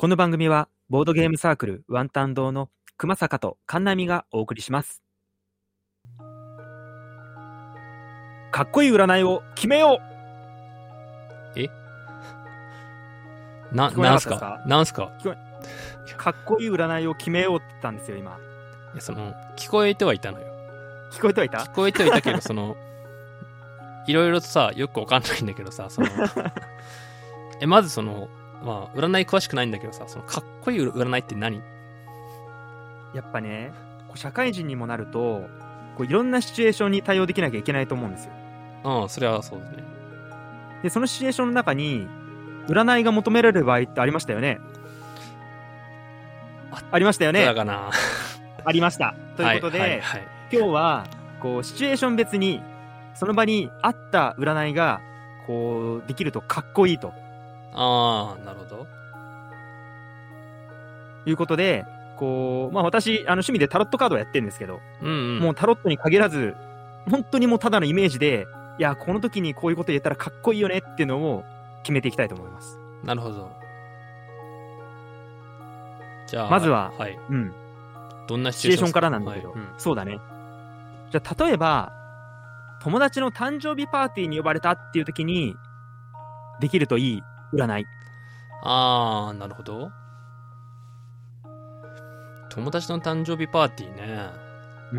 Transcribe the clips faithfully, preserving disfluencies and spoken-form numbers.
この番組はボードゲームサークルワンタン堂の熊坂と神波がお送りします。かっこいい占いを決めよう。えな、なんすかなんすかかっこいい占いを決めようって言ったんですよ今。 いや、その聞こえてはいたのよ。 聞こえてはいた聞こえてはいたけどそのいろいろとさ、よくわかんないんだけどさ、そのえまずそのまあ占い詳しくないんだけどさ、そのかっこいい占いって何？ やっぱね、社会人にもなるとこういろんなシチュエーションに対応できなきゃいけないと思うんですよ。 うん、それはそうですね。 でそのシチュエーションの中に占いが求められる場合ってありましたよね。あ, ありましたよね。 だかなありました。ということで、はいはいはい、今日はこうシチュエーション別にその場に合った占いがこうできるとかっこいいと。 ああ、なるほど。 いうことで、こうまあ私あの趣味でタロットカードをやってるんですけど、 うんうん、 もうタロットに限らず本当にもうただのイメージで、いやこの時にこういうこと言ったらかっこいいよねっていうのを決めていきたいと思います。 なるほど。じゃあまずは、 はい、 うん、 どんなシチュエーションからなんだけど、はい、うん、そうだね。じゃあ例えば友達の誕生日パーティーに呼ばれたっていう時にできるといい占い。 ああ、なるほど。友達の誕生日パーティーね。 うん。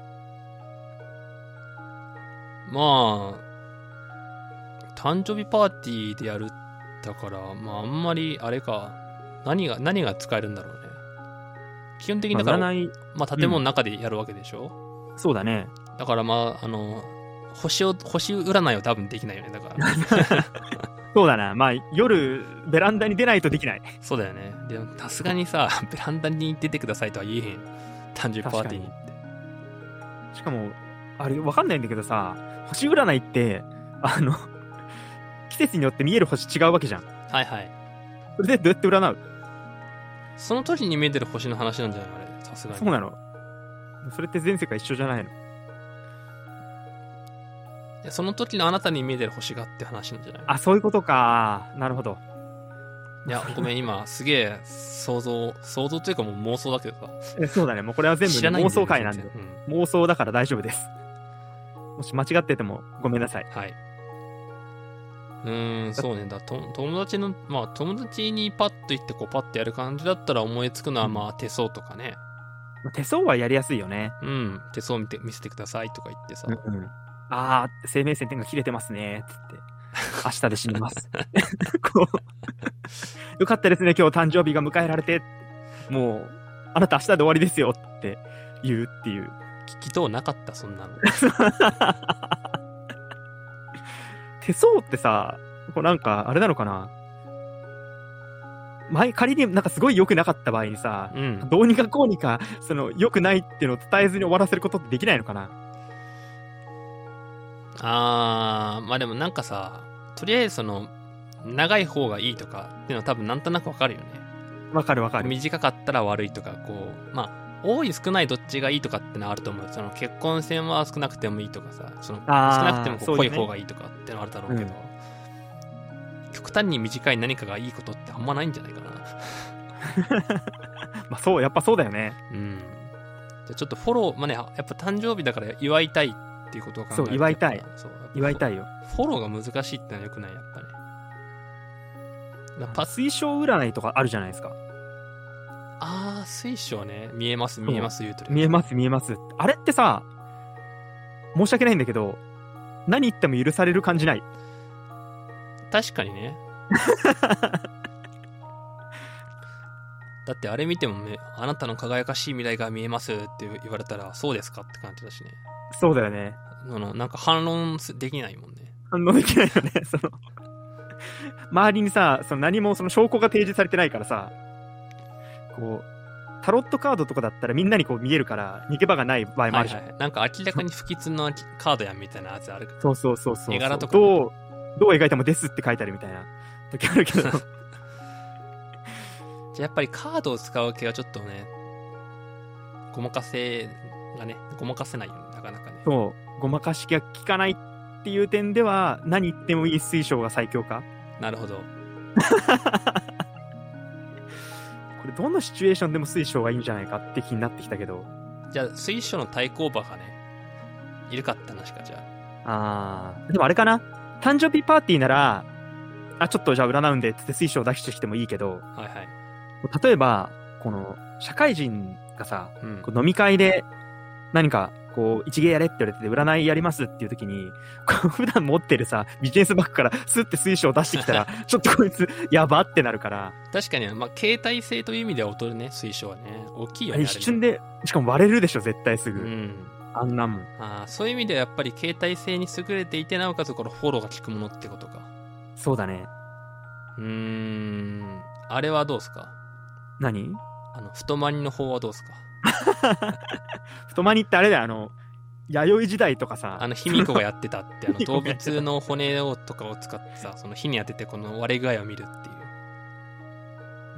まあ誕生日パーティーでやるだから、まああんまりあれか、何が何が使えるんだろうね。基本的にだから、まあ、まあ、建物の中でやるわけでしょ、 うん、そうだね。 だからまああの星を星占いは多分できないよね。だからそうだな。まあ夜ベランダに出ないとできない。 そうだよね。でもさすがにさベランダに出てくださいとは言えへん。誕生日パーティーに行って。 しかもあれわかんないんだけどさ、星占いってあの季節によって見える星違うわけじゃん。 はいはい。 それでどうやって占う？ その時に見えてる星の話なんじゃないあれ、さすがに。 そうなの？それって全世界一緒じゃないの？ いや、その時のあなたに見えてる星がって話なんじゃない？ あ、そういうことか。なるほど。 いや、ごめん、今すげえ想像想像というかもう妄想だけどさ。 え、そうだね。もうこれは全部、ね、妄想会なんで、うん、妄想だから大丈夫です。もし間違っててもごめんなさい。 はい。うーん、そうね。だと友達の、まあ友達にパッと行ってこうパッとやる感じだったら思いつくのは、まあ手相とかね。 うん、手相はやりやすいよね。 うん。手相見て見せてくださいとか言ってさ。 うんうん、あー、生命線が切れてますねつって明日で死にますこうよかったですね今日誕生日が迎えられて、もうあなた明日で終わりですよって言うっていう。 聞きとうなかったそんなの手相ってさ、こうなんかあれなのかな、前仮になんかすごい良くなかった場合にさ、うん、どうにかこうにかその良くないっていうのを伝えずに終わらせることってできないのかな。 あー、まあでもなんかさ、とりあえずその長い方がいいとかっていうのは多分なんとなくわかるよね。 わかるわかる。 短かったら悪いとか、こうまあ多い少ないどっちがいいとかってのはあると思う。その結婚線は少なくてもいいとかさ、その少なくてもこう濃い方がいいとかってのはあるだろうけど、ね、うん、極端に短い何かがいいことってあんまないんじゃないかなまあそう、やっぱそうだよね。 うん。じゃあちょっとフォロー、まあね、やっぱ誕生日だから祝いたいっていうことを考えて、 そう祝いたい、そう祝いたいよ。 フォローが難しいってのはよくない、やっぱり。 パ水晶占いとかあるじゃないですか。 あー、水晶ね。見えます見えます言うとる。 見えます見えます。あれってさ、申し訳ないんだけど何言っても許される感じない？ 確かにねだってあれ見てもね、あなたの輝かしい未来が見えますって言われたらそうですかって感じだしね。 そうだよね。 あのなんか反論できないもんね。 反論できないよねその周りにさ、その何もその証拠が提示されてないからさ、こうタロットカードとかだったらみんなにこう見えるから逃げ場がない場合もあるじゃん、はいはい、 なんか明らかに不吉のカードやんみたいなやつある。 そうそうそうそう。 絵柄とかどうどう描いてもですって書いてあるみたいな時あるけどじゃあやっぱりカードを使う系はちょっとね、ごまかせがね、ごまかせないよね、なかなかね。 そう、ごまかしが効かないっていう点では何言ってもいい水晶が最強か。 なるほどどのシチュエーションでも水晶がいいんじゃないかって気になってきたけど。 じゃあ、水晶の対抗馬がね、いるかって話か、じゃあ。あー。でもあれかな、誕生日パーティーなら、あ、ちょっとじゃあ占うんでって水晶を出してきてもいいけど、 はいはい。 例えば、この、社会人がさ、 うん、 こう飲み会で何か、こう、一芸やれって言われてて、占いやりますっていう時に、こう普段持ってるさ、ビジネスバッグからスッて水晶を出してきたら、ちょっとこいつ、やばってなるから。 確かに、まあ、携帯性という意味では劣るね、水晶はね。大きいよね。 一瞬で、しかも割れるでしょ、絶対すぐ。 うん。 あんなもん。 ああ、そういう意味ではやっぱり携帯性に優れていて、なおかつこのフォローが効くものってことか。 そうだね。 うーん。あれはどうすか？ 何？ あの、太まりの方はどうすか？ 太まりってあれだよ、あの、弥生時代とかさ、 あの、卑弥呼がやってたって、あの、動物の骨をとかを使ってさ、その火に当ててこの割れ具合を見るっていう。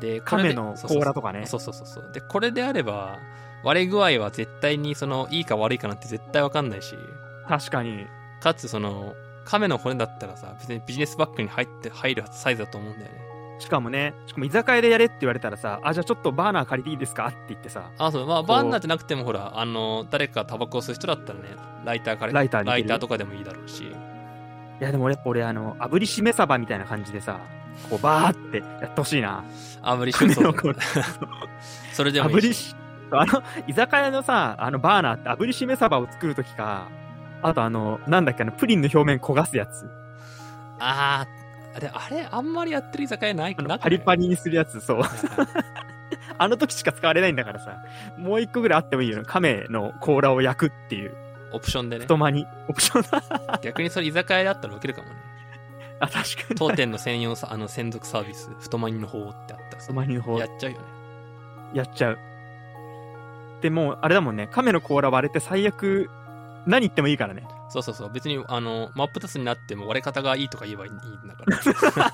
で、 亀の甲羅とかね。 そうそうそうそう。で、これであれば、割れ具合は絶対にその、いいか悪いかなんて絶対わかんないし。 確かに。 かつその、亀の骨だったらさ、別にビジネスバッグに入って、入るサイズだと思うんだよね。 しかもね、しかも居酒屋でやれって言われたらさ、あ、じゃあちょっとバーナー借りていいですかって言ってさ。 あ、そう、まあバーナーじゃなくてもほら、あの、誰かタバコを吸う人だったらね、ライターから、 ライターにライターとかでもいいだろうし。いやでもやっぱ俺、あの、炙りしめ鯖みたいな感じでさ、こうバーってやってほしいな。 炙りしめ鯖。それでもいいし。炙りし、 あの、居酒屋のさ、あのバーナーって炙りしめ鯖を作るときか、あとあの、なんだっけ、あの、プリンの表面焦がすやつ。 あー、あれ、あれ、あんまりやってる居酒屋ないかな。 パリパリにするやつ、そう。あの時しか使われないんだからさ、もう一個ぐらいあってもいいよ。亀の甲羅を焼くっていう。 オプションでね。 太まに。オプション逆にそれ居酒屋であったら受けるかもね。 あ、確かに。 当店の専用さ、あの、専属サービス、太まにの方ってあったらさ。 太まにの方。 やっちゃうよね。 やっちゃう。でもう、あれだもんね。亀の甲羅割れて最悪、何言ってもいいからね。 そうそうそう。別に、あの、真っ二つになっても割れ方がいいとか言えばいいんだから。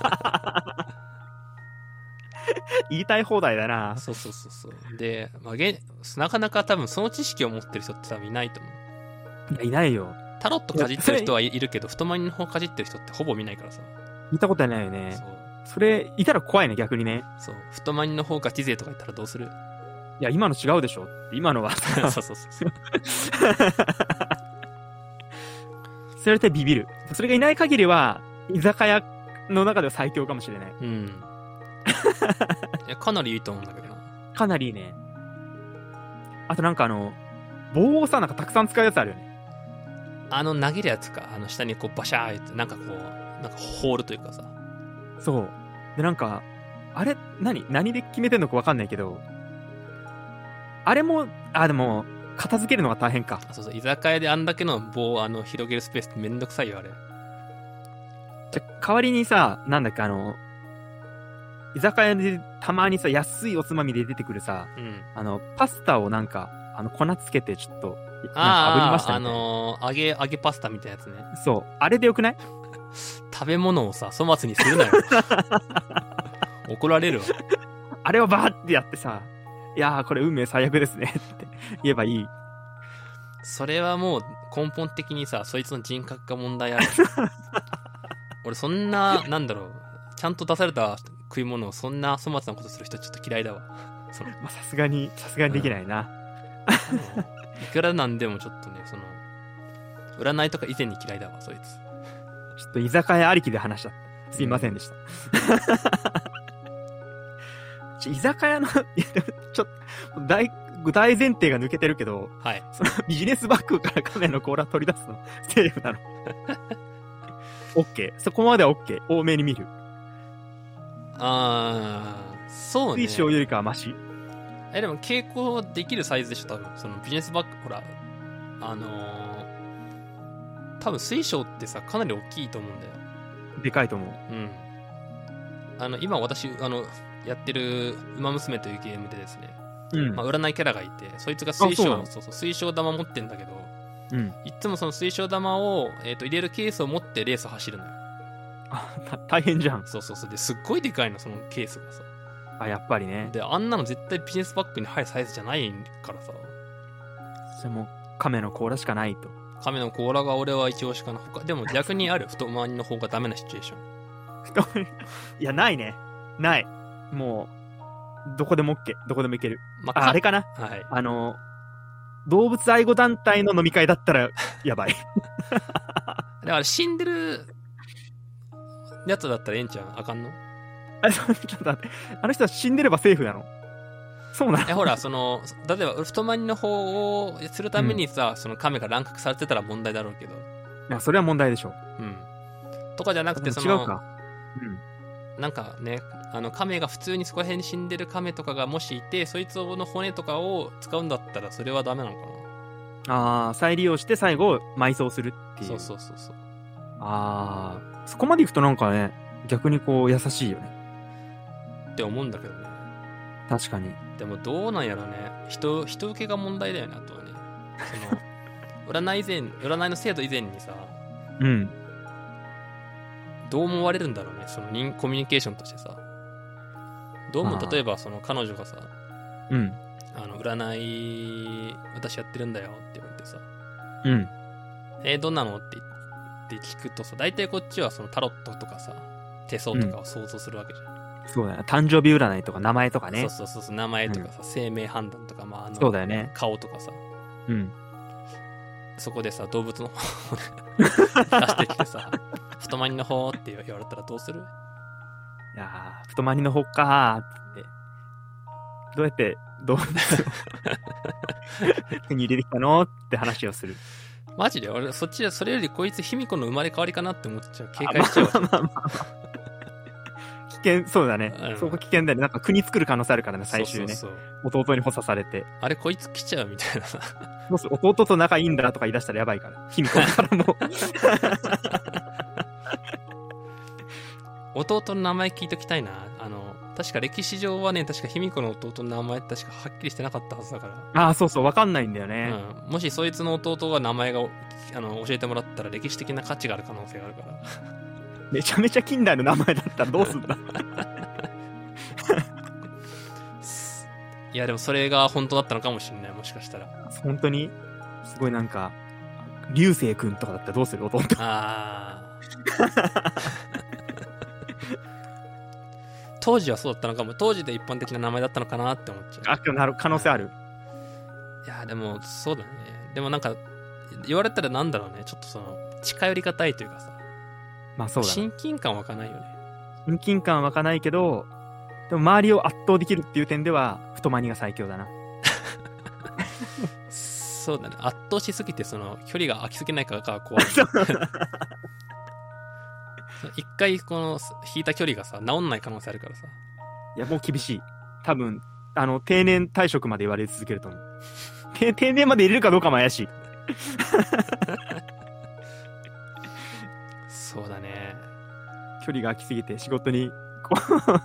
言いたい放題だな。 そうそうそうそう。で、まあ、げなかなか多分その知識を持ってる人って多分いないと思う。 いや、いないよ。 タロットかじってる人はいるけど、太まりの方かじってる人ってほぼ見ないからさ。 見たことないよね。そう。それ、いたら怖いね、逆にね。 そう。太まりの方ガチ勢とか言ったらどうする？ いや、今の違うでしょ。今のは。 そうそうそうそう。 それってビビる。それがいない限りは、居酒屋の中では最強かもしれない。 うん。いや、かなりいいと思うんだけどな。 かなりいいね。あとなんかあの、棒をさ、なんかたくさん使うやつあるよね。 あの、投げるやつか。あの、下にこう、バシャーって、なんかこう、なんかホールというかさ。 そう。で、なんか、あれ、何何で決めてんのかわかんないけど、あれも、あ、でも、片付けるのが大変か。 そうそう、居酒屋であんだけの棒をあの広げるスペースってめんどくさいよ、あれ。 じゃ、代わりにさ、なんだっけ、あの、居酒屋でたまにさ、安いおつまみで出てくるさ、うん、あの、パスタをなんか、あの、粉つけてちょっと、 ああ、炙りましたね。あのー、揚げ、揚げパスタみたいなやつね。 そう。あれでよくない？ 食べ物をさ、粗末にするなよ。怒られるわ。 あれをバーってやってさ、いやーこれ運命最悪ですねって言えばいい。 それはもう根本的にさ、そいつの人格が問題ある。俺そんな、なんだろう、ちゃんと出された食い物をそんな粗末なことする人ちょっと嫌いだわ。 そのまあさすがに、さすがにできないな。 うんいくらなんでもちょっとね、その、占いとか以前に嫌いだわ、そいつ。 ちょっと居酒屋ありきで話した。すいませんでした。うん、居酒屋の、いやでもちょっと、大、大前提が抜けてるけど、 はい。 そのビジネスバッグから亀の甲羅取り出すの、セーフなの。OK。そこまでは OK。多めに見る。 あー、そうね。 水晶よりかはマシ。 え、でも傾向できるサイズでしょ、多分。そのビジネスバッグ、ほら、あのー、多分水晶ってさ、かなり大きいと思うんだよ。 でかいと思う。 うん。あの、今私、あの、やってる、ウマ娘というゲームでですね、うん。まあ、占いキャラがいて、そいつが水晶、そうそう、水晶玉持ってんだけど、うん。いつもその水晶玉を、えっと、入れるケースを持ってレースを走るのよ。 あ、大変じゃん。 そうそうそう。で、すっごいでかいの、そのケースがさ。 あ、やっぱりね。 で、あんなの絶対ビジネスバッグに入るサイズじゃないからさ。 それも、亀の甲羅しかないと。 亀の甲羅が俺は一応しかな。他、でも逆にある太回りの方がダメなシチュエーション。 いや、ないね。ない。もどこでも OK。どこでも行ける。 まあ、あれかな、 はい。 あの、動物愛護団体の飲み会だったら、やばい。 だから死んでるやつだったらええんちゃう？あかんの？ あ、ちょっと待って。あの人は死んでればセーフなの？そうなの？ え、ほら、その、例えば、太まりの方をするためにさ、うん、その亀が乱獲されてたら問題だろうけど。 いや、それは問題でしょ。 うん。とかじゃなくて、その、 違うか。 うん。なんかね、あの、亀が普通にそこら辺に死んでる亀とかがもしいて、そいつの骨とかを使うんだったら、それはダメなのかな？ああ、再利用して最後、埋葬するっていう。 そうそうそうそう。 ああ、そこまでいくとなんかね、逆にこう、優しいよね。 って思うんだけどね。 確かに。 でもどうなんやろね。人、人受けが問題だよね、あとはね。その、占い以前、占いの制度以前にさ、 うん。 どう思われるんだろうね、その人コミュニケーションとしてさ。どうも、例えばその彼女がさ、 うん。 あの、占い、私やってるんだよって言われてさ、 うん。 えー、どんなのって言って聞くとさ、大体こっちはそのタロットとかさ、手相とかを想像するわけじゃん。 うん、そうだね。誕生日占いとか名前とかね。 そうそうそう、名前とかさ、うん、生命判断とか、まあ、あの、 そうだよね。 顔とかさ。 うん。 そこでさ、動物の方を出してきてさ、太まりの方って言われたらどうする？ いやー、太まりの方かーって。どうやって、動物を手に入れてきたのって話をする。 マジで俺、そっちは、それよりこいつ、卑弥呼の生まれ変わりかなって思っちゃう。警戒しちゃう。まあまあまあ危険、そうだね。うん、そこ危険だよね。なんか国作る可能性あるからね、最終ね。そうそうそう、弟に補佐されて。 あれ、こいつ来ちゃうみたいなさ。 もし弟と仲いいんだとか言い出したらやばいから。卑弥呼からも。 弟の名前聞いときたいな。あの、確か歴史上はね、確か卑弥呼の弟の名前確かはっきりしてなかったはずだから。 ああ、そうそう、わかんないんだよね。 うん。もしそいつの弟が名前が、あの、教えてもらったら歴史的な価値がある可能性があるから。 めちゃめちゃ近代の名前だったらどうすんだ。 いや、でもそれが本当だったのかもしれない、もしかしたら。 本当にすごいなんか、流星くんとかだったらどうする？弟。 ああ。当時はそうだったのかも。当時で一般的な名前だったのかなって思っちゃう。 あ、なる可能性ある。 いや、でも、そうだね。でもなんか、言われたらなんだろうね。ちょっとその、近寄りがたいというかさ。 まあそうだね。 親近感湧かないよね。 親近感湧かないけど、でも周りを圧倒できるっていう点では、太まにが最強だな。 そうだね。圧倒しすぎて、その、距離が空きすぎないかが怖い。一回、この、引いた距離がさ、治んない可能性あるからさ。 いや、もう厳しい。多分、あの、定年退職まで言われ続けると思う。定年まで入れるかどうかも怪しい。 そうだね。 距離が空きすぎて仕事に、こ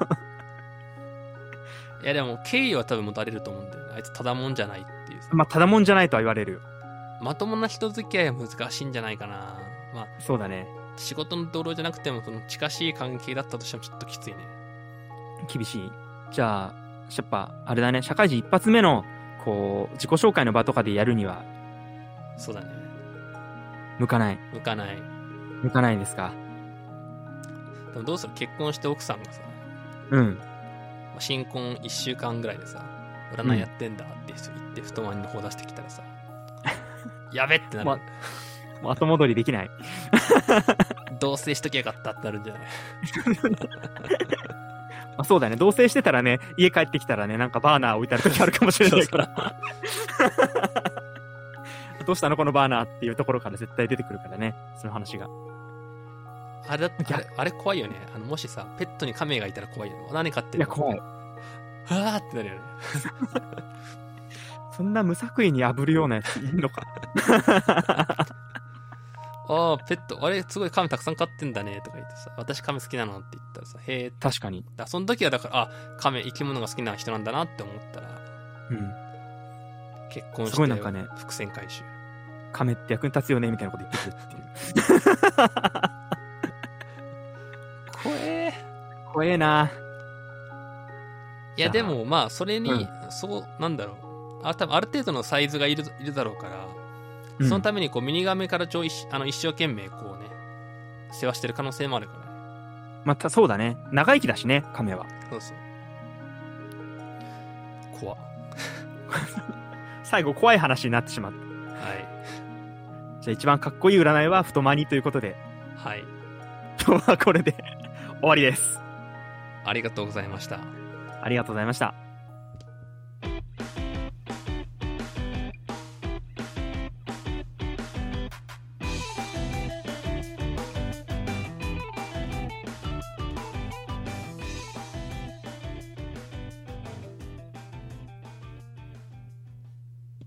う。いや、でも、敬意は多分持たれると思うんだよね。あいつただもんじゃないっていうさ。 まあ、ただもんじゃないとは言われるよ。 まともな人付き合いは難しいんじゃないかな。まあ、 そうだね。 仕事の同僚じゃなくても、その近しい関係だったとしてもちょっときついね。 厳しい。じゃあ、やっぱ、あれだね、社会人一発目の、こう、自己紹介の場とかでやるには、 そうだね。 向かない。 向かない。 向かないですか。 でもどうする？結婚して奥さんがさ、 うん。 新婚いっしゅうかんぐらいでさ、占いやってんだって言って太まりの方出してきたらさ、やべってなる。まもう後戻りできない。 同棲しときゃよかったってなるんじゃない？ まあそうだね。同棲してたらね、家帰ってきたらね、なんかバーナー置いてある時あるかもしれないから。どうしたのこのバーナーっていうところから絶対出てくるからね、その話が。 あれだってあれ、あれ怖いよね。あのもしさ、ペットにカメがいたら怖いよね。何飼ってるの？ いや、怖い。 はぁってなるよね。 そんな無作為に炙るようなやついるのか。 ああ、ペット、あれ、すごいカメたくさん飼ってんだね、とか言ってさ、私カメ好きなのって言ったらさ、へえ。 確かに。 だその時はだから、あ、カメ、生き物が好きな人なんだなって思ったら、 うん。 結婚して、 すごいなんかね、 伏線回収。 カメって役に立つよね、みたいなこと言ってくるっていう。 怖え。 怖えな。 いや、でも、まあ、それに、うん、そう、なんだろう。あ、多分ある程度のサイズがいる、いるだろうから、うん、そのためにこうミニガメからちょいあの一生懸命こうね世話してる可能性もあるからね。 またそうだね。長生きだしね、カメは。 そうそう。 怖っ。 最後怖い話になってしまった。 はい。 じゃあ一番かっこいい占いは太マニということで。 はい。 今日はこれで終わりです。 ありがとうございました。 ありがとうございました。